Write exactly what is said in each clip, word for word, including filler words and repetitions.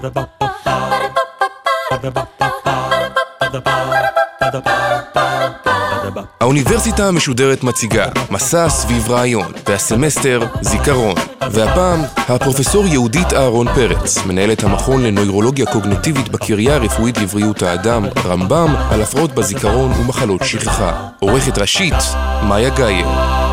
האוניברסיטה המשודרת מציגה מסע סביב רעיון, והסמסטר זיכרון. והפעם הפרופסור יהודית אהרון פרץ, מנהלת המכון לנוירולוגיה קוגניטיבית בקריה הרפואית לבריאות האדם, רמב"ם, על הפרעות בזיכרון ומחלות שכחה. עורכת ראשית, מאיה גייר.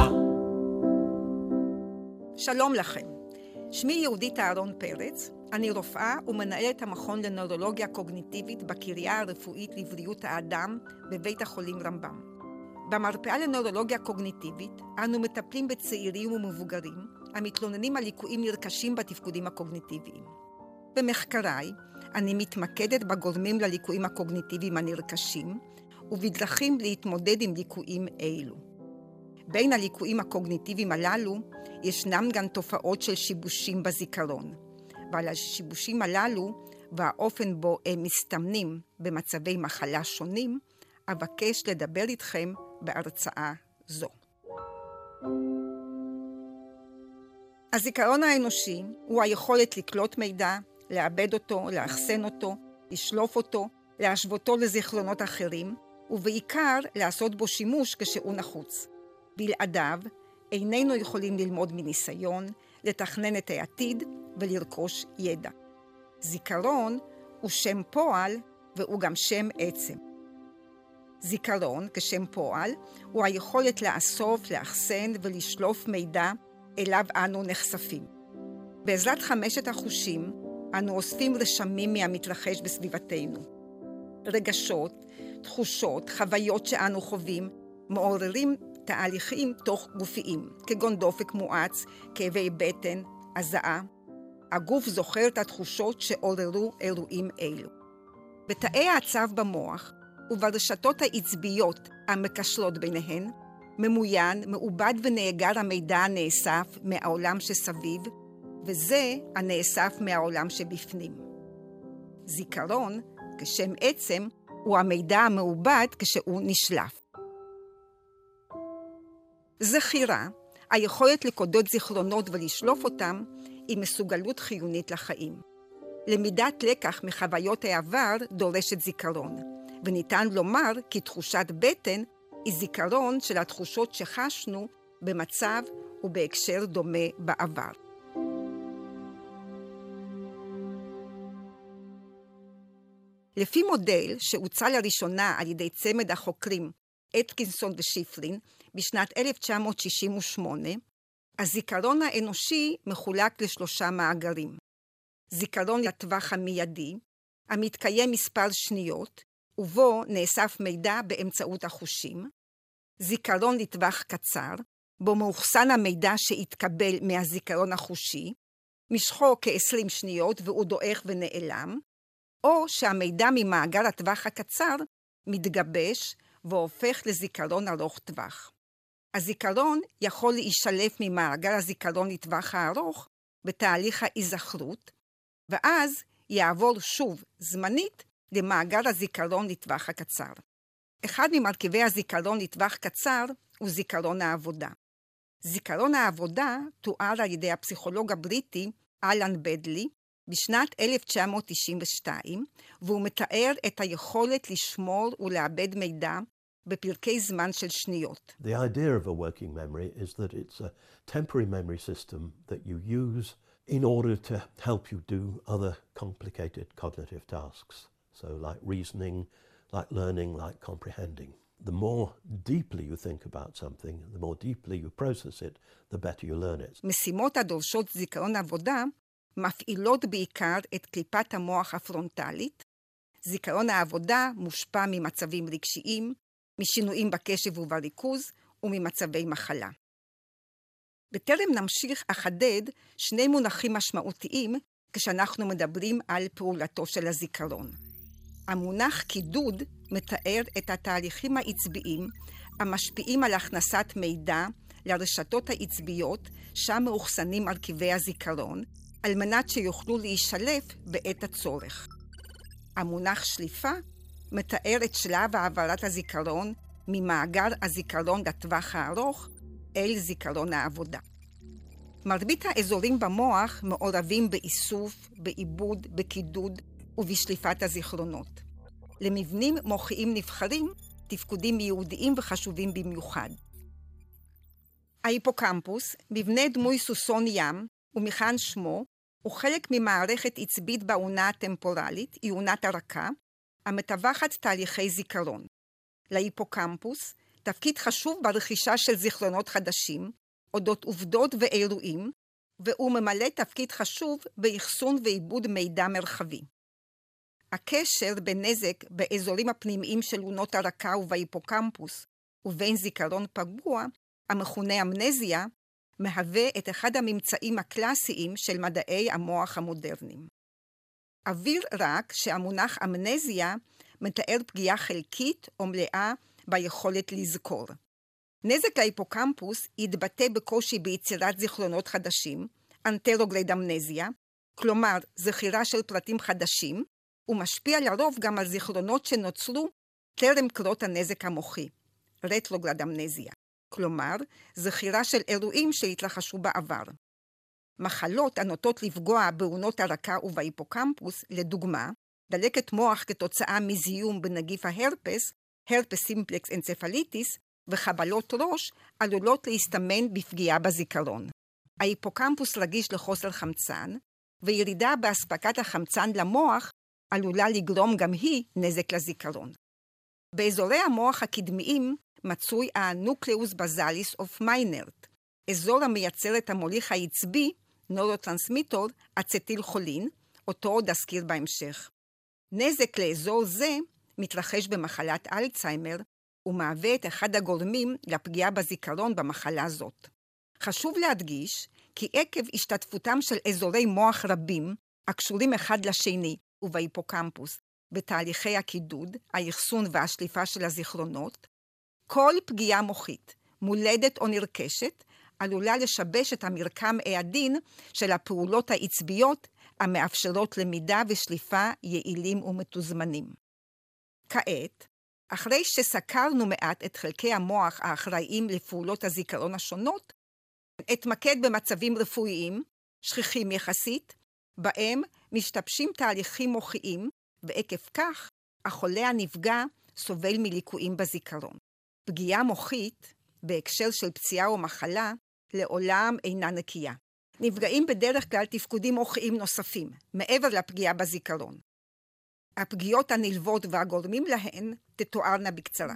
שלום לכם. שמי יהודית אהרון פרץ, אני רופאה ומנהלת המכון לנוירולוגיה קוגניטיבית בקריה הרפואית לבריאות האדם בבית החולים רמב"ם. במרפאה לנוירולוגיה קוגניטיבית אנו מטפלים בצעירים ומבוגרים המתלוננים על ליקויים נרכשים בתפקודים הקוגניטיביים. במחקריי אני מתמקדת בגורמים לליקויים הקוגניטיביים הנרכשים ובדרכים להתמודד עם ליקויים אלו. בין הליקויים הקוגניטיביים הללו ישנם גם תופעות של שיבושים בזיכרון, ועל השיבושים הללו והאופן בו הם מסתמנים במצבי מחלה שונים, אבקש לדבר איתכם בהרצאה זו. הזיכרון האנושי הוא היכולת לקלוט מידע, לעבד אותו, לאחסן אותו, לשלוף אותו, להשוותו לזיכרונות אחרים, ובעיקר לעשות בו שימוש כשהוא נחוץ. בלעדיו איננו יכולים ללמוד מניסיון, לתכנן את העתיד ולרכוש ידע. זיכרון הוא שם פועל והוא גם שם עצם. זיכרון כשם פועל הוא היכולת לאסוף, לאחסן ולשלוף מידע אליו אנו נחשפים. בעזרת חמשת החושים אנו אוספים רשמים מהמתרחש בסביבתנו. רגשות, תחושות, חוויות שאנו חווים מעוררים תהליכים תוך גופיים, כגון דופק מואץ, כאבי בטן, הזעה. הגוף זוכר את התחושות שעוררו אירועים אלו. בתאי העצב במוח וברשתות העצביות המקשרות ביניהן, ממוין, מעובד ונאגר המידע הנאסף מהעולם שסביב, וזה הנאסף מהעולם שבפנים. זיכרון, כשם עצם, הוא המידע המעובד כשהוא נשלף. זכירה, היכולת לקודד זיכרונות ולשלוף אותם, היא מסוגלות חיונית לחיים. למידת לקח מחוויות העבר דורשת זיכרון, וניתן לומר כי תחושת בטן היא זיכרון של התחושות שחשנו במצב ובהקשר דומה בעבר. לפי מודל שהוצע לראשונה על ידי צמד החוקרים אטקינסון ושיפלין בשנת אלף תשע מאות שישים ושמונה, הזיכרון האנושי מחולק לשלושה מאגרים. זיכרון לטווח המיידי, המתקיים מספר שניות, ובו נאסף מידע באמצעות החושים. זיכרון לטווח קצר, בו מאוחסן המידע שהתקבל מהזיכרון החושי, משכו כ-עשרים שניות והוא דועך ונעלם, או שהמידע ממאגר הטווח הקצר מתגבש והופך לזיכרון ארוך טווח. הזיכרון יכול להישלף ממאגר הזיכרון לטווח הארוך בתהליך ההיזכרות, ואז יעבור שוב זמנית למאגר הזיכרון לטווח הקצר. אחד ממרכיבי הזיכרון לטווח קצר הוא זיכרון העבודה. זיכרון העבודה תואר על ידי הפסיכולוג הבריטי אלן בדלי בשנת אלף תשע מאות תשעים ושתיים, והוא מתאר את היכולת לשמור ולעבד מידע בפרקי זמן של שניות. The idea of a working memory is that it's a temporary memory system that you use in order to help you do other complicated cognitive tasks. So like reasoning, like learning, like comprehending. The more deeply you think about something, the more deeply you process it, the better you learn it. משימות הדורשות זיכרון עבודה מפעילות בעיקר את קליפת המוח הפרונטלית. זיכרון העבודה מושפע ממצבים רגשיים, משינויים בקשב ובריכוז וממצבי מחלה. בטרם נמשיך אחדד שני מונחים משמעותיים כשאנחנו מדברים על פעולתו של הזיכרון. המונח קידוד מתאר את התהליכים העצביים המשפיעים על הכנסת מידע לרשתות העצביות שם מאוחסנים מרכיבי הזיכרון, על מנת שיוכלו להישלף בעת הצורך. המונח שליפה מתאר את שלב העברת הזיכרון ממאגר הזיכרון לטווח הארוך אל זיכרון העבודה. מרבית האזורים במוח מעורבים באיסוף, בעיבוד, בקידוד ובשליפת הזיכרונות. למבנים מוחיים נבחרים, תפקודים ייעודיים וחשובים במיוחד. ההיפוקמפוס, מבנה דמוי סוסון ים, ומכאן שמו, הוא חלק ממערכת עצבית בעונה הטמפורלית, היא עונת הרקה, המתווכת תהליכי זיכרון. להיפוקמפוס, תפקיד חשוב ברכישה של זיכרונות חדשים, אודות עובדות ואירועים, והוא ממלא תפקיד חשוב באחסון ועיבוד מידע מרחבי. הקשר בין נזק באזורים הפנימיים של עונות הרקה ובהיפוקמפוס, ובין זיכרון פגוע, המכונה אמנזיה, מהווה את אחד הממצאים הקלאסיים של מדעי המוח המודרניים. אבהיר רק שהמונח אמנזיה מתאר פגיעה חלקית או מלאה ביכולת לזכור. נזק להיפוקמפוס יתבטא בקושי ביצירת זיכרונות חדשים, אנטרוגרד אמנזיה, כלומר זכירה של פרטים חדשים, ומשפיע לרוב גם על זיכרונות שנוצרו טרם קרות הנזק המוחי, רטרוגרד אמנזיה, כלומר זכירה של אירועים שהתרחשו בעבר. מחלות הנוטות לפגוע בעונות הרקה ובהיפוקמפוס, לדוגמה, דלקת מוח כתוצאה מזיהום בנגיף ההרפס, הרפס סימפלקס אנצפליטיס, וחבלות ראש עלולות להסתמן בפגיעה בזיכרון. ההיפוקמפוס רגיש לחוסר חמצן, וירידה באספקת החמצן למוח עלולה לגרום גם היא נזק לזיכרון. באזורי המוח הקדמיים מצוי הנוקלאוס בזליס אוף מיינרט, אזור המייצר את המוליך העצבי, נורוטרנסמיטור, אצטיל חולין, אותו עוד אזכיר בהמשך. נזק לאזור זה מתרחש במחלת אלצהיימר, ומהווה את אחד הגורמים לפגיעה בזיכרון במחלה זאת. חשוב להדגיש כי עקב השתתפותם של אזורי מוח רבים, הקשורים אחד לשני ובהיפוקמפוס, בתהליכי הקידוד, האחסון והשליפה של הזיכרונות, כל פגיעה מוחית, מולדת או נרכשת, עלולה לשבש את המרקם העדין של הפעולות העצביות המאפשרות למידה ושליפה יעילים ומתוזמנים. כעת, אחרי שסקרנו מעט את חלקי המוח האחראיים לפעולות הזיכרון השונות, אתמקד במצבים רפואיים, שכיחים יחסית, בהם משתבשים תהליכים מוחיים, ועקב כך החולה הנפגע סובל מליקויים בזיכרון. פגיעה מוחית, בהקשר של פציעה או מחלה, לעולם אינה נקייה. נפגעים בדרך כלל תפקודים מוחיים נוספים, מעבר לפגיעה בזיכרון. הפגיעות הנלוות והגורמים להן תתוארנה בקצרה.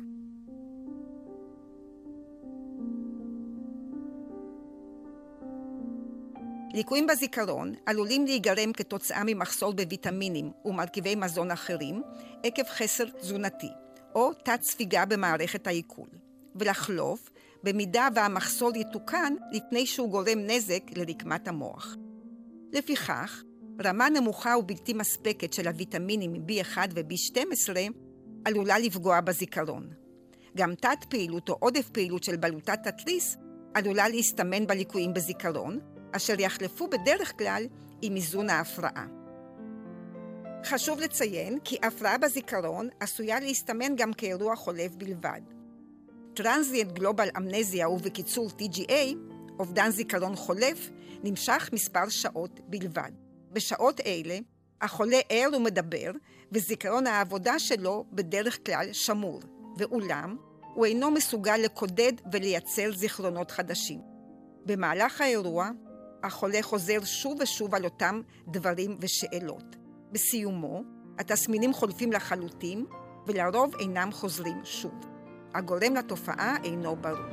ליקויים בזיכרון עלולים להיגרם כתוצאה ממחסור בוויטמינים ומרכיבי מזון אחרים עקב חסר תזונתי או תת ספיגה במערכת העיכול, ולחלוף במידה והמחסור יתוקן לפני שהוא גורם נזק לרקמת המוח. לפיכך, רמה נמוכה ובלתי מספקת של הוויטמינים בי אחת ובי שתים עשרה עלולה לפגוע בזיכרון. גם תת פעילות או עודף פעילות של בלוטת התריס עלולה להסתמן בליקויים בזיכרון, אשר יחלפו בדרך כלל עם איזון ההפרעה. חשוב לציין כי הפרעה בזיכרון עשויה להסתמן גם כאירוע חולף בלבד. טרנזיאנט גלובל אמנזיה ובקיצור טי ג'י איי, אובדן זיכרון חולף, נמשך מספר שעות בלבד. בשעות אלה, החולה ער ומדבר, וזיכרון העבודה שלו בדרך כלל שמור, ואולם הוא אינו מסוגל לקודד ולייצר זיכרונות חדשים. במהלך האירוע, החולה חוזר שוב ושוב על אותם דברים ושאלות. בסיומו, התסמינים חולפים לחלוטין, ולרוב אינם חוזרים שוב. הגורם לתופעה אינו ברור.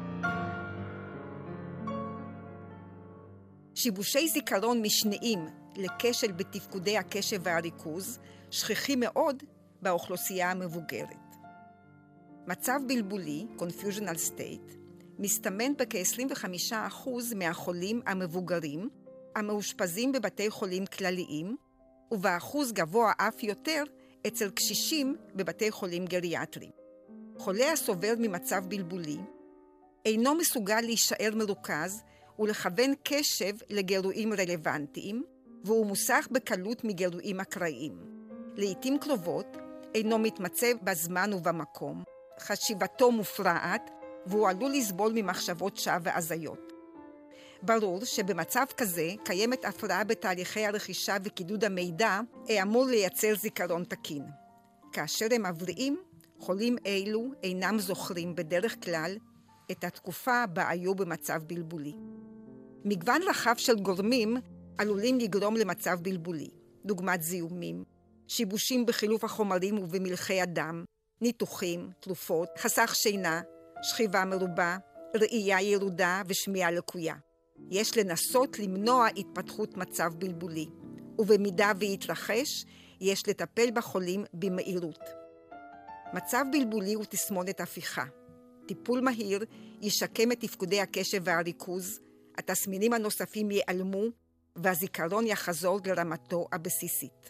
שיבושי זיכרון משניים לכשל בתפקודי הקשב והריכוז שכיחים מאוד באוכלוסייה המבוגרת. מצב בלבולי, confusional state, מסתמן בכ-עשרים וחמישה אחוז מהחולים המבוגרים המאושפזים בבתי חולים כלליים, ובאחוז גבוה אף יותר אצל קשישים בבתי חולים גריאטריים. חולה הסובל ממצב בלבולי אינו מסוגל להישאר מרוכז ולכוון קשב לגירויים רלוונטיים, והוא מוסח בקלות מגירויים אקראיים. לעתים קרובות אינו מתמצא בזמן ובמקום, חשיבתו מופרעת, והוא עלול לסבול ממחשבות שווא והזיות. ברור שבמצב כזה קיימת הפרעה בתהליכי הרכישה וקידוד המידע, אמור לייצר זיכרון תקין. כאשר הם מבריאים, חולים אלו אינם זוכרים בדרך כלל את התקופה בה היו במצב בלבולי. מגוון רחב של גורמים עלולים לגרום למצב בלבולי, דוגמת זיהומים, שיבושים בחילוף החומרים ובמלחי הדם, ניתוחים, תרופות, חסך שינה, שכיבה מרובה, ראייה ירודה ושמיעה לקויה. יש לנסות למנוע התפתחות מצב בלבולי, ובמידה ויתרחש, יש לטפל בחולים במהירות. מצב בלבולי הוא תסמונת הפיכה. טיפול מהיר ישקם את תפקודי הקשב והריכוז, התסמינים הנוספים ייעלמו, והזיכרון יחזור לרמתו הבסיסית.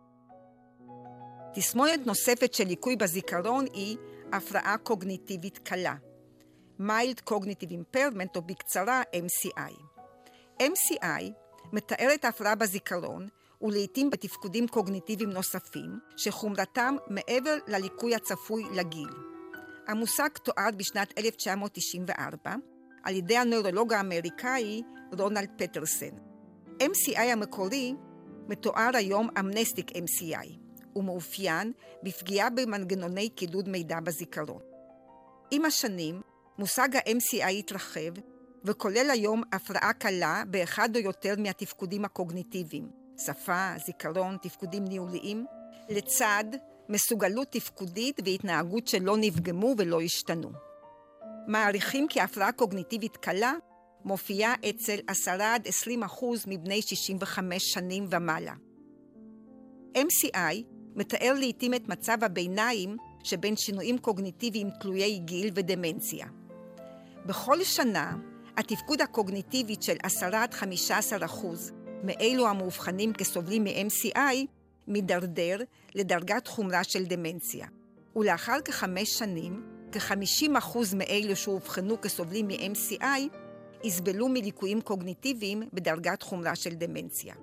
תסמונת נוספת של ליקוי בזיכרון היא הפרעה קוגניטיבית קלה. Mild Cognitive Impairment, או בקצרה אם סי איי. אם סי איי מתארת הפרעה בזיכרון, ולעיתים בתפקודים קוגניטיביים נוספים, שחומרתם מעבר לליקוי הצפוי לגיל. המושג תואר בשנת אלף תשע מאות תשעים וארבע, על ידי הנוירולוג האמריקאי רונלד פטרסן. אם סי איי המקורי מתואר היום אמנסטיק אם סי איי, ומאופיין בפגיעה במנגנוני קידוד מידע בזיכרון. עם השנים, מושג ה-אם סי איי התרחב, וכולל היום הפרעה קלה באחד או יותר מהתפקודים הקוגניטיביים, שפה, זיכרון, תפקודים ניהוליים, לצד מסוגלות תפקודית והתנהגות שלא נפגמו ולא השתנו. מעריכים כי הפרעה קוגניטיבית קלה מופיעה אצל עשרה עד עשרים אחוז מבני שישים וחמש שנים ומעלה. אם סי איי מתאר לעתים את מצב הביניים שבין שינויים קוגניטיביים תלויי גיל ודמנציה. בכל שנה, התפקוד הקוגניטיבית של עשרה עד חמישה עשר אחוז מאלו המאובחנים כסובלים מ-אם סי איי מדרדר לדרגת חומרה של דמנציה. ולאחר כחמש שנים, כ-חמישים אחוז מאלו שהובחנו כסובלים מ-אם סי איי יסבלו מליקויים קוגניטיביים בדרגת חומרה של דמנציה.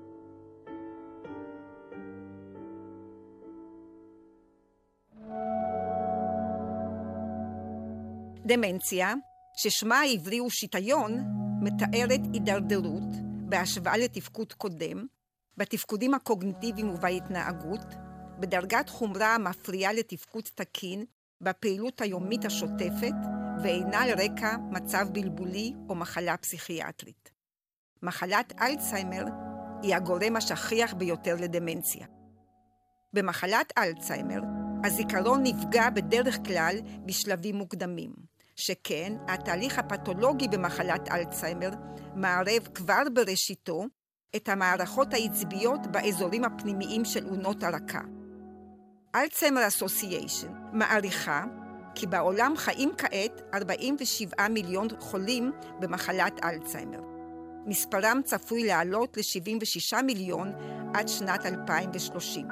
דמנציה, ששמה העברי הוא שיטיון, מתארת הידרדרות בהשוואה לתפקוד קודם, בתפקודים הקוגניטיביים ובהתנהגות, בדרגת חומרה המפריעה לתפקוד תקין, בפעילות היומית השוטפת, ואינה על רקע מצב בלבולי או מחלה פסיכיאטרית. מחלת אלצהיימר היא הגורם השכיח ביותר לדמנציה. במחלת אלצהיימר, הזיכרון נפגע בדרך כלל בשלבים מוקדמים, שכן התהליך הפתולוגי במחלת אלצהיימר מערב כבר בראשיתו את המערכות העצביות באזורים הפנימיים של אונות הרקה. אלצהיימר אסוסיישן מעריכה כי בעולם חיים כעת ארבעים ושבעה מיליון חולים במחלת אלצהיימר. מספרם צפוי לעלות ל-שבעים ושישה מיליון עד שנת אלפיים ושלושים.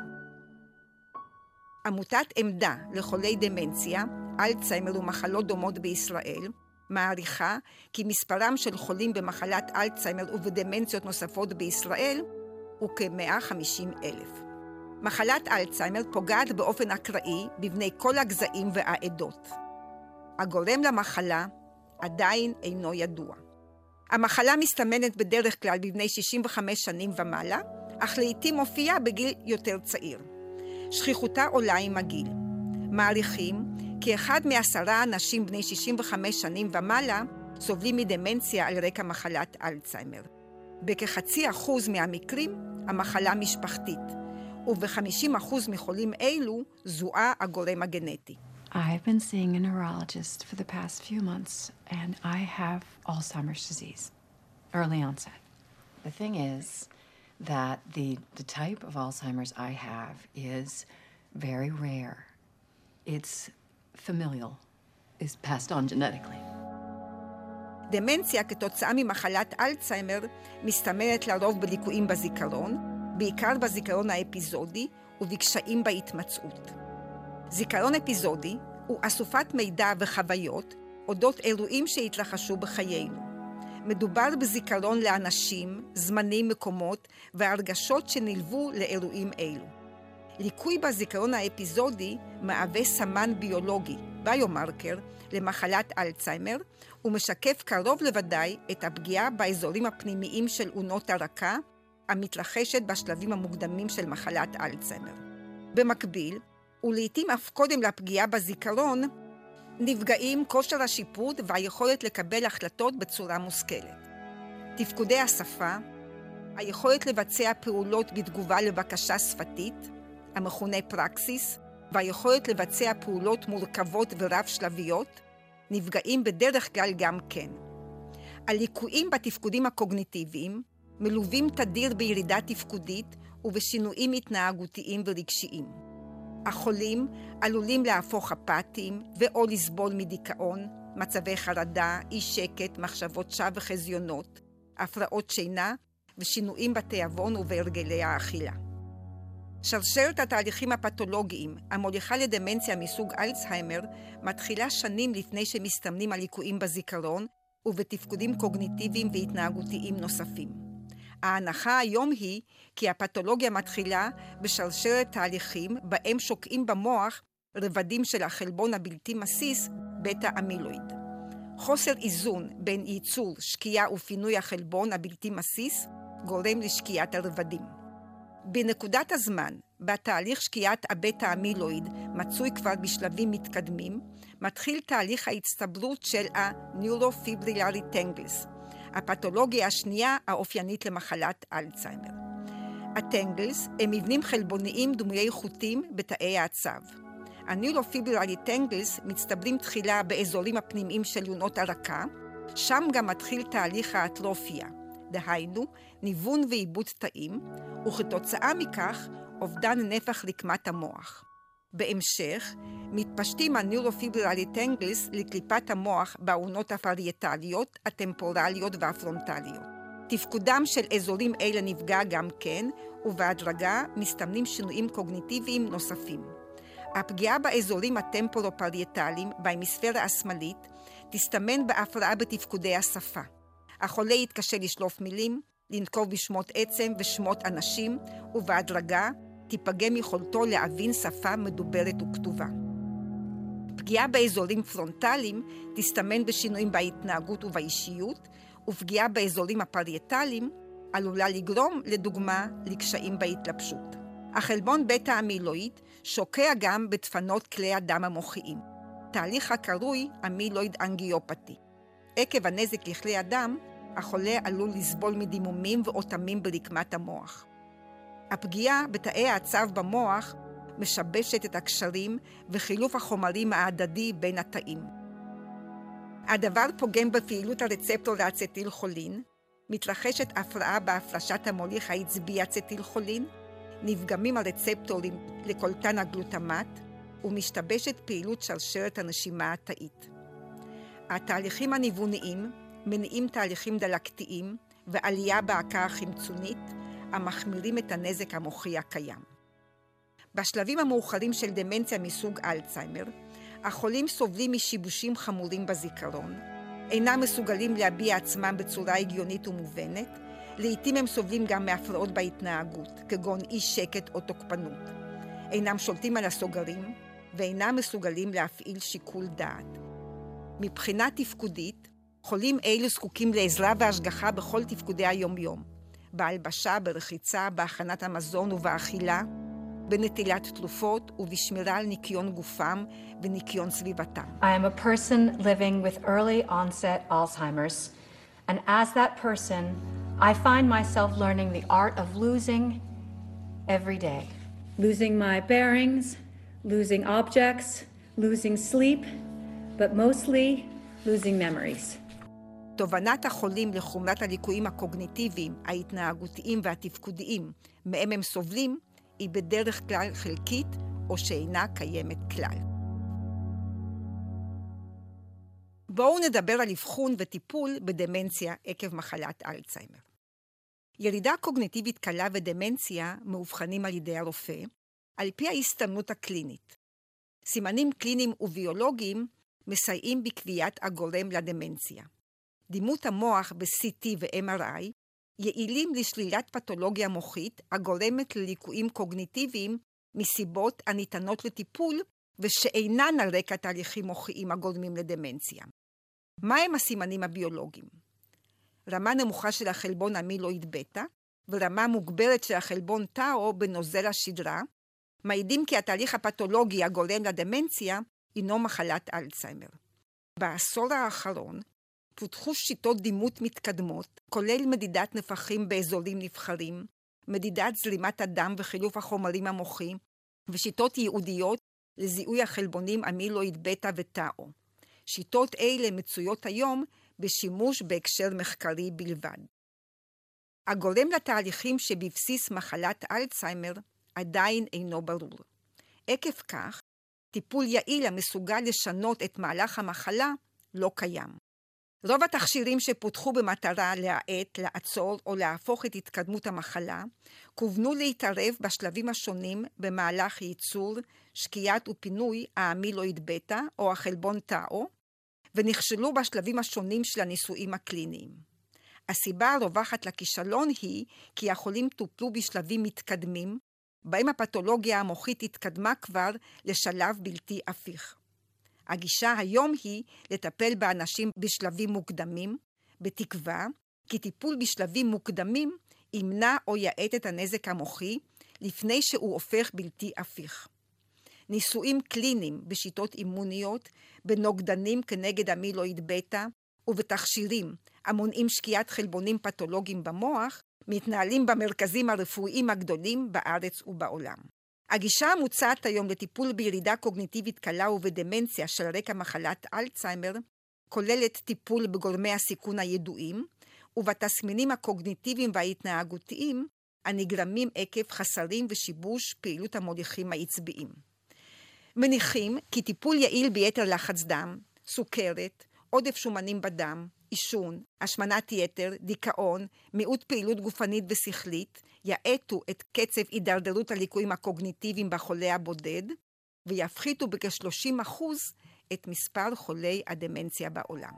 עמותת עמדה לחולי דמנציה, אלצהיימר ומחלות דומות בישראל, מעריכה כי מספרם של חולים במחלת אלצהיימר ובדמנציות נוספות בישראל הוא כ-מאה וחמישים אלף. מחלת אלצהיימר פוגעת באופן אקראי בבני כל הגזעים והעדות. הגורם למחלה עדיין אינו ידוע. המחלה מסתמנת בדרך כלל בבני שישים וחמש שנים ומעלה, אך לעתים מופיעה בגיל יותר צעיר. שכיחותה עולה עם הגיל. מעריכים כי אחד מעשרה אנשים בני שישים וחמש שנים ומעלה סובלים מדמנציה על רקע מחלת אלצהיימר. בכחצי אחוז מהמקרים המחלה משפחתית, וב-חמישים אחוז מחולים אלו זוהה הגורם הגנטי. I've been seeing a neurologist for the past few months, and I have Alzheimer's disease, early onset. The thing is that the, the type of Alzheimer's I have is very rare. It's familial, is passed on genetically. דמנציה כתוצאה ממחלת אלצהיימר מסתמנת לרוב בליקויים בזיכרון, בעיקר בזיכרון האפיזודי ובקשיים בהתמצאות. זיכרון אפיזודי הוא אסופת מידע וחוויות אודות אירועים שהתרחשו בחיינו. מדובר בזיכרון לאנשים, זמנים, מקומות והרגשות שנלוו לאירועים אלו. ליקוי בזיכרון האפיזודי מהווה סמן ביולוגי, ביומרקר, למחלת אלצהיימר, ומשקף קרוב לוודאי את הפגיעה באזורים הפנימיים של אונות הרקה, המתרחשת בשלבים המוקדמים של מחלת אלצהיימר. במקביל, ולעיתים אף קודם לפגיעה בזיכרון, נפגעים כושר השיפוט והיכולת לקבל החלטות בצורה מושכלת. תפקודי השפה, היכולת לבצע פעולות בתגובה לבקשה שפתית, המכונה פרקסיס, והיכולת לבצע פעולות מורכבות ורב-שלביות, נפגעים בדרך כלל גם כן. הליקויים בתפקודים הקוגניטיביים מלווים תדיר בירידה תפקודית ובשינויים התנהגותיים ורגשיים. החולים עלולים להפוך אפתיים ואו לסבול מדיכאון, מצבי חרדה, אי שקט, מחשבות שווא וחזיונות, הפרעות שינה ושינויים בתיאבון ובהרגלי האכילה. שרשרת התהליכים הפתולוגיים המוליכה לדמנציה מסוג אלצהיימר מתחילה שנים לפני שמסתמנים הליקויים בזיכרון ובתפקודים קוגניטיביים והתנהגותיים נוספים. ההנחה היום היא כי הפתולוגיה מתחילה בשרשרת תהליכים בהם שוקעים במוח רבדים של החלבון הבלתי מסיס בטא אמילואיד. חוסר איזון בין ייצור, שקיעה ופינוי החלבון הבלתי מסיס גורם לשקיעת הרבדים. בנקודת הזמן, בתהליך שקיעת הבטא אמילואיד מצוי כבר בשלבים מתקדמים, מתחיל תהליך ההצטברות של ה-Neurofibrillary Tangles, הפתולוגיה השנייה האופיינית למחלת אלצהיימר. הטנגלס הם מבנים חלבוניים דמויי חוטים בתאי העצב. ה-Neurofibrillary Tangles מצטברים תחילה באזורים הפנימיים של יונות הרקה, שם גם מתחיל תהליך האטרופיה, דהיינו ניוון ועיבוד תאים, וכתוצאה מכך אובדן נפח רקמת המוח. בהמשך מתפשטים ה-Neurofibrillary Tangles לקליפת המוח באונות הפרייטליות, הטמפורליות והפרונטליות. תפקודם של אזורים אלה נפגע גם כן, ובהדרגה מסתמנים שינויים קוגניטיביים נוספים. הפגיעה באזורים הטמפורו-פרייטליים בהמיספירה השמאלית תסתמן בהפרעה בתפקודי השפה. החולה יתקשה לשלוף מילים, לנקוב בשמות עצם ושמות אנשים, ובהדרגה תיפגם יכולתו להבין שפה מדוברת וכתובה. פגיעה באזורים פרונטליים תסתמן בשינויים בהתנהגות ובאישיות, ופגיעה באזורים הפרייטליים עלולה לגרום, לדוגמה, לקשיים בהתלבשות. החלבון בטא אמילואיד שוקע גם בדפנות כלי הדם המוחיים, תהליך הקרוי אמילואיד אנגיופתי. עקב הנזק לכלי הדם, החולה עלול לסבול מדימומים ואוטמים ברקמת המוח. הפגיעה בתאי העצב במוח משבשת את הקשרים וחילוף החומרים ההדדי בין התאים. הדבר פוגם בפעילות הרצפטור לאצטיל חולין, מתרחשת הפרעה בהפרשת המוליך העצבי אצטיל חולין, נפגמים הרצפטורים לקולטן הגלוטמט, ומשתבשת פעילות שרשרת הנשימה התאית. התהליכים הניווניים מניעים תהליכים דלקתיים ועלייה בהקה החמצונית, המחמירים את הנזק המוחי הקיים. בשלבים המאוחרים של דמנציה מסוג אלצהיימר, החולים סובלים משיבושים חמורים בזיכרון, אינם מסוגלים להביע עצמם בצורה הגיונית ומובנת, לעתים הם סובלים גם מהפרעות בהתנהגות, כגון אי שקט או תוקפנות. אינם שולטים על הסוגרים, ואינם מסוגלים להפעיל שיקול דעת. מבחינה תפקודית, חולים אלו זקוקים לעזרה והשגחה בכל תפקודי היום-יום, בהלבשה, ברחיצה, בהכנת המזון ובאכילה, בנטילת תרופות ובשמירה על ניקיון גופם וניקיון סביבתם. I am a person living with early onset Alzheimer's, and as that person, I find myself learning the art of losing every day. Losing my bearings, losing objects, losing sleep, but mostly losing memories. תובנת החולים לחומרת הליקויים הקוגניטיביים, ההתנהגותיים והתפקודיים, מהם הם סובלים, היא בדרך כלל חלקית או שאינה קיימת כלל. בואו נדבר על אבחון וטיפול בדמנציה עקב מחלת אלצהיימר. ירידה קוגניטיבית קלה ודמנציה מאובחנים על ידי הרופא, על פי ההסתמנות הקלינית. סימנים קליניים וביולוגיים מסייעים בקביעת הגורם לדמנציה. דימות המוח ב-סי טי ו-אם אר איי יעילים לשלילת פתולוגיה מוחית הגורמת לליקויים קוגניטיביים מסיבות הניתנות לטיפול ושאינן על רקע תהליכים מוחיים הגורמים לדמנציה. מהם הסימנים הביולוגיים? רמה נמוכה של החלבון אמילואיד בטא, ורמה מוגברת של החלבון טאו בנוזל השדרה, מעידים כי התהליך הפתולוגי הגורם לדמנציה הינו מחלת אלצהיימר. בעשור האחרון פותחו שיטות דימות מתקדמות, כולל מדידת נפחים באזורים נבחרים, מדידת זרימת הדם וחילוף החומרים המוחי, ושיטות ייעודיות לזיהוי החלבונים אמילואיד בטא וטאו. שיטות אלה מצויות היום בשימוש בהקשר מחקרי בלבד. הגורם לתהליכים שבבסיס מחלת אלצהיימר עדיין אינו ברור. עקב כך, טיפול יעיל המסוגל לשנות את מהלך המחלה לא קיים. רוב התכשירים שפותחו במטרה להאט, לעצור או להפוך את התקדמות המחלה, כוונו להתערב בשלבים השונים במהלך ייצור, שקיעת ופינוי האמילואיד בטא או החלבון טאו, ונכשלו בשלבים השונים של הניסויים הקליניים. הסיבה הרווחת לכישלון היא כי החולים טופלו בשלבים מתקדמים, בהם הפתולוגיה המוחית התקדמה כבר לשלב בלתי הפיך. הגישה היום היא לטפל באנשים בשלבים מוקדמים, בתקווה כי טיפול בשלבים מוקדמים ימנע או יעט את הנזק המוחי לפני שהוא הופך בלתי הפיך. ניסויים קליניים בשיטות אימוניות, בנוגדנים כנגד אמילואיד בטא ובתכשירים המונעים שקיעת חלבונים פתולוגיים במוח, מתנהלים במרכזים הרפואיים הגדולים בארץ ובעולם. הגישה המוצעת היום לטיפול בירידה קוגניטיבית קלה ובדמנציה של רקע מחלת אלצהיימר, כוללת טיפול בגורמי הסיכון הידועים, ובתסמינים הקוגניטיביים וההתנהגותיים הנגרמים עקב חסרים ושיבוש פעילות המוליכים העצביים. מניחים כי טיפול יעיל ביתר לחץ דם, סוכרת, עודף שומנים בדם, עישון, השמנת יתר, דיכאון, מיעוט פעילות גופנית ושכלית, יעטו את קצב הידרדרות הליקויים הקוגניטיביים בחולה הבודד, ויפחיתו בכ-שלושים אחוז את מספר חולי הדמנציה בעולם.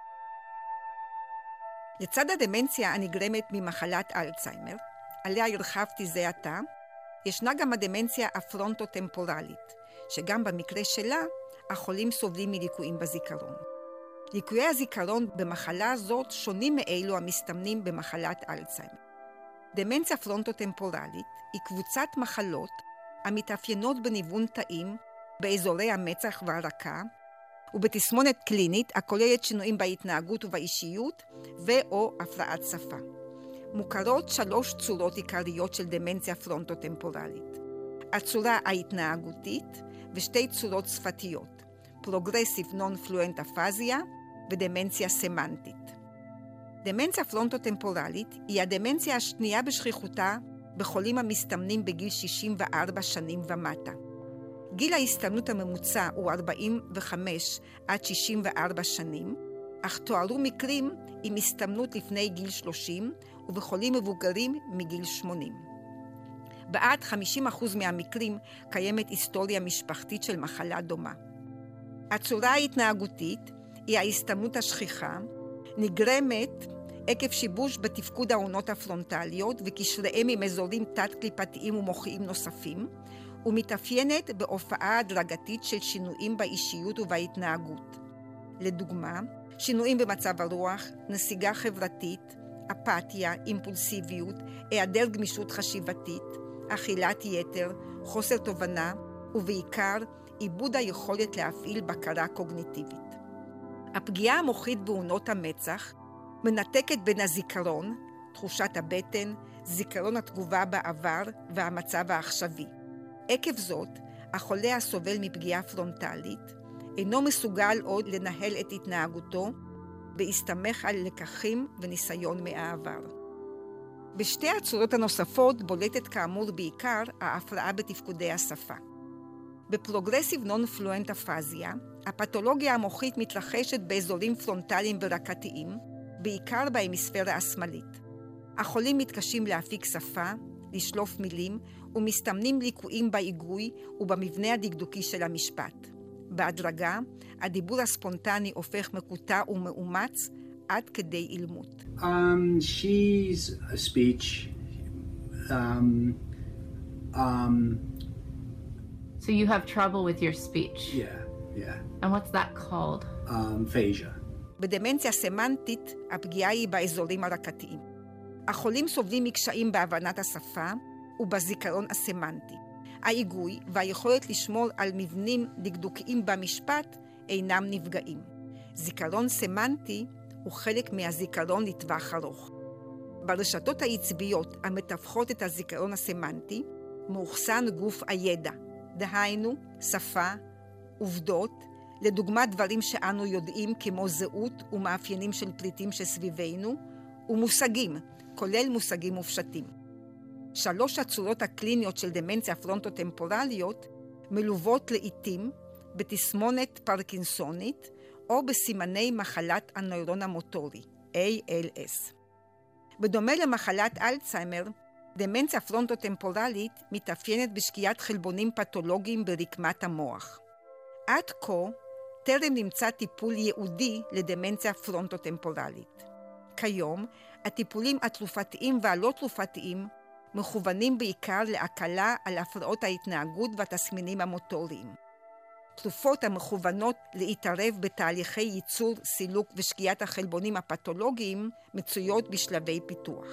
לצד הדמנציה הנגרמת ממחלת אלצהיימר, עליה הרחבתי זה עתה, ישנה גם הדמנציה הפרונטוטמפורלית, שגם במקרה שלה החולים סובלים מליקויים בזיכרון. ליקויי הזיכרון במחלה הזאת שונים מאלו המסתמנים במחלת אלצהיימר. דמנציה פרונטוטמפורלית היא קבוצת מחלות המתאפיינות בניוון תאים באזורי המצח והרקה, ובתסמונת קלינית הכוללת שינויים בהתנהגות ובאישיות ו/או הפרעת שפה. מוכרות שלוש צורות עיקריות של דמנציה פרונטוטמפורלית. הצורה ההתנהגותית ושתי צורות שפתיות, פרוגרסיב נון פלואנט אפזיה ודמנציה סמנטית. דמנציה פרונטוטמפורלית היא הדמנציה השנייה בשכיחותה בחולים המסתמנים בגיל שישים וארבע שנים ומטה. גיל ההסתמנות הממוצע הוא ארבעים וחמש עד שישים וארבע שנים, אך תוארו מקרים עם הסתמנות לפני גיל שלושים ובחולים מבוגרים מגיל שמונים. בעד חמישים אחוז מהמקרים קיימת היסטוריה משפחתית של מחלה דומה. הצורה ההתנהגותית היא ההסתמנות השכיחה, נגרמת עקב שיבוש בתפקוד העונות הפרונטליות וקשריהם עם אזורים תת-קליפתיים ומוחיים נוספים, ומתאפיינת בהופעה הדרגתית של שינויים באישיות ובהתנהגות. לדוגמה, שינויים במצב הרוח, נסיגה חברתית, אפתיה, אימפולסיביות, היעדר גמישות חשיבתית, אכילת יתר, חוסר תובנה, ובעיקר איבוד היכולת להפעיל בקרה קוגניטיבית. הפגיעה המוחית בעונות המצח מנתקת בין הזיכרון, תחושת הבטן, זיכרון התגובה בעבר והמצב העכשווי. עקב זאת, החולה הסובל מפגיעה פרונטלית אינו מסוגל עוד לנהל את התנהגותו בהסתמך על לקחים וניסיון מהעבר. בשתי הצורות הנוספות בולטת כאמור בעיקר ההפרעה בתפקודי השפה. בפרוגרסיב נון פלואנט אפזיה, הפתולוגיה המוחית מתרחשת באזורים פרונטליים ורקתיים, בעיקר בהמיספירה השמאלית. החולים מתקשים להפיק שפה, לשלוף מילים, ומסתמנים ליקויים בהיגוי ובמבנה הדקדוקי של המשפט. בהדרגה, הדיבור הספונטני הופך מקוטע ומאומץ עד כדי אילמות. Um, she's a speech. Um, um, So you have trouble with your speech? Yeah, yeah. And what's that called? Um, phasia. בדמנציה סמנטית, הפגיעה היא באזורים הרקתיים. החולים סובלים מקשיים בהבנת השפה ובזיכרון הסמנטי. ההיגוי והיכולת לשמור על מבנים דקדוקיים במשפט אינם נפגעים. זיכרון סמנטי הוא חלק מהזיכרון לטווח ארוך. ברשתות העצביות המתווכות את הזיכרון הסמנטי, מאוחסן גוף הידע, דהיינו, שפה, עובדות, לדוגמה דברים שאנו יודעים כמו זהות ומאפיינים של פליטים שסביבנו, ומושגים, כולל מושגים מופשטים. שלוש הצורות הקליניות של דמנציה פרונטו-טמפורליות מלוות לעתים בתסמונת פרקינסונית או בסימני מחלת הנוירון המוטורי, איי אל אס. בדומה למחלת אלצהיימר, דמנציה פרונטו-טמפורלית מתאפיינת בשקיעת חלבונים פתולוגיים ברקמת המוח. עד כה, טרם נמצא טיפול ייעודי לדמנציה פרונטו-טמפורלית. כיום, הטיפולים התרופתיים והלא תרופתיים מכוונים בעיקר להקלה על הפרעות ההתנהגות והתסמינים המוטוריים. תרופות המכוונות להתערב בתהליכי ייצור, סילוק ושקיעת החלבונים הפתולוגיים מצויות בשלבי פיתוח.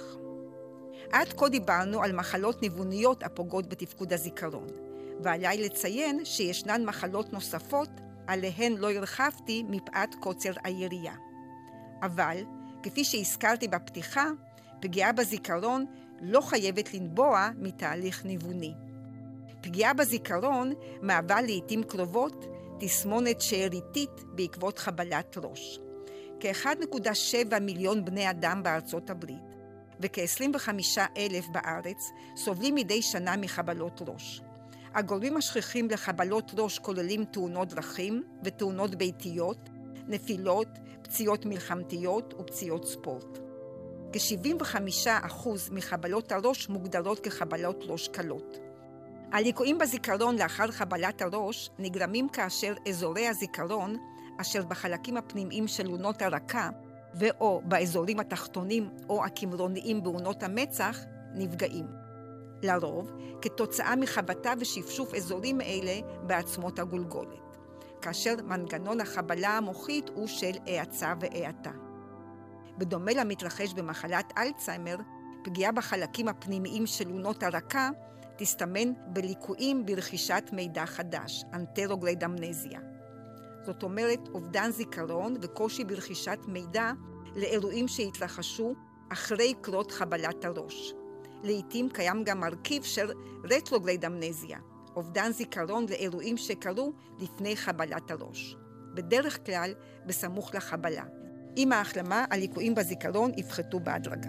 עד כה דיברנו על מחלות ניווניות הפוגעות בתפקוד הזיכרון, ועליי לציין שישנן מחלות נוספות עליהן לא הרחבתי מפאת קוצר היריעה. אבל, כפי שהזכרתי בפתיחה, פגיעה בזיכרון לא חייבת לנבוע מתהליך ניווני. פגיעה בזיכרון מהווה לעתים קרובות תסמונת שאריתית בעקבות חבלת ראש. כ-אחד נקודה שבע מיליון בני אדם בארצות הברית וכ-עשרים וחמישה אלף בארץ סובלים מדי שנה מחבלות ראש. הגורמים השכיחים לחבלות ראש כוללים תאונות דרכים ותאונות ביתיות, נפילות, פציעות מלחמתיות ופציעות ספורט. כ-שבעים וחמישה אחוז מחבלות הראש מוגדרות כחבלות ראש קלות. הליקויים בזיכרון לאחר חבלת הראש נגרמים כאשר אזורי הזיכרון, אשר בחלקים הפנימיים של אונות הרקה, ואו באזורים התחתונים או הכמרוניים באונות המצח, נפגעים. לרוב, כתוצאה מחבטה ושפשוף אזורים אלה בעצמות הגולגולת, כאשר מנגנון החבלה המוחית הוא של האצה והאטה. בדומה למתרחש במחלת אלצהיימר, פגיעה בחלקים הפנימיים של אונות הרקה תסתמן בליקויים ברכישת מידע חדש, אנטרוגרייד אמנזיה. זאת אומרת, אובדן זיכרון וקושי ברכישת מידע לאירועים שהתרחשו אחרי קרות חבלת הראש. לעתים קיים גם מרכיב של רטרוגרייד אמנזיה, אובדן זיכרון לאירועים שקרו לפני חבלת הראש. בדרך כלל בסמוך לחבלה. עם ההחלמה, הליקויים בזיכרון יפחתו בהדרגה.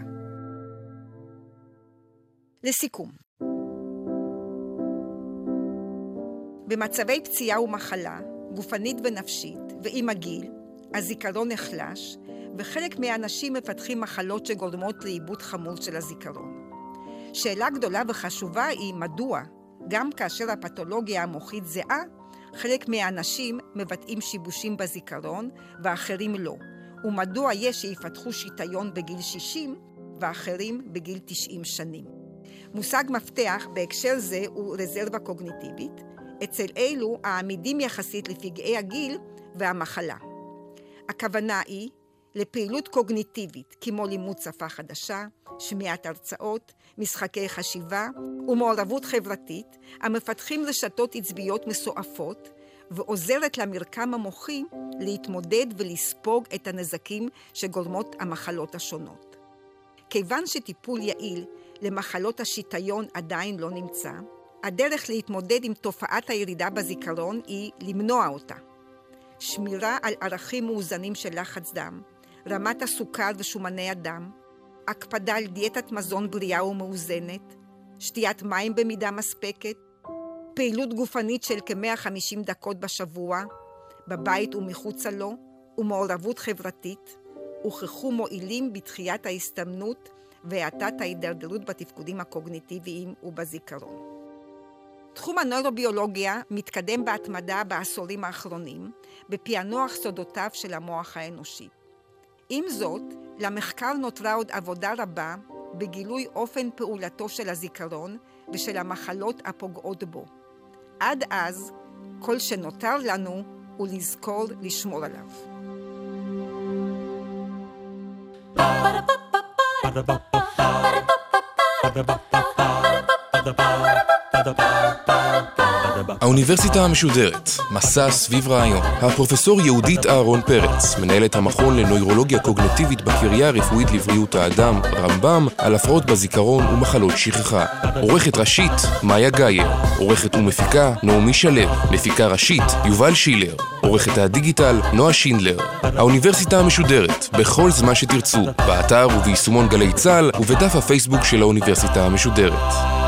לסיכום, במצבי פציעה ומחלה, גופנית ונפשית, ועם הגיל, הזיכרון נחלש, וחלק מהאנשים מפתחים מחלות שגורמות לאיבוד חמור של הזיכרון. שאלה גדולה וחשובה היא מדוע, גם כאשר הפתולוגיה המוחית זהה, חלק מהאנשים מבטאים שיבושים בזיכרון ואחרים לא, ומדוע יש שיפתחו שיטיון בגיל שישים ואחרים בגיל תשעים שנים. מושג מפתח בהקשר זה הוא רזרבה קוגניטיבית, אצל אלו העמידים יחסית לפגעי הגיל והמחלה. הכוונה היא לפעילות קוגניטיבית, כמו לימוד שפה חדשה, שמיעת הרצאות, משחקי חשיבה ומעורבות חברתית, המפתחים רשתות עצביות מסועפות, ועוזרת למרקם המוחי להתמודד ולספוג את הנזקים שגורמות המחלות השונות. כיוון שטיפול יעיל למחלות השיטיון עדיין לא נמצא, הדרך להתמודד עם תופעת הירידה בזיכרון היא למנוע אותה. שמירה על ערכים מאוזנים של לחץ דם, רמת הסוכר ושומני הדם, הקפדה על דיאטת מזון בריאה ומאוזנת, שתיית מים במידה מספקת, פעילות גופנית של כ-מאה וחמישים דקות בשבוע, בבית ומחוצה לו, ומעורבות חברתית, הוכחו מועילים בתחיית ההסתמנות והאטת ההידרדרות בתפקודים הקוגניטיביים ובזיכרון. תחום הנוירוביולוגיה מתקדם בהתמדה בעשורים האחרונים, בפענוח סודותיו של המוח האנושי. עם זאת, למחקר נותרה עוד עבודה רבה בגילוי אופן פעולתו של הזיכרון ושל המחלות הפוגעות בו. עד אז, כל שנותר לנו הוא לזכור לשמור עליו. האוניברסיטה המשודרת, מסע סביב רעיון. הפרופסור יהודית אהרון פרץ, מנהלת המכון לנוירולוגיה קוגניטיבית בקריה הרפואית לבריאות האדם, רמב"ם, על הפרעות בזיכרון ומחלות שכחה. עורכת ראשית, מאיה גייר. עורכת ומפיקה, נעמי שלו. מפיקה ראשית, יובל שילר. עורכת הדיגיטל, נועה שינדלר. האוניברסיטה המשודרת, בכל זמן שתרצו, באתר וביישומון גלי צה"ל ובדף הפייסבוק של האוניברסיטה המשודרת.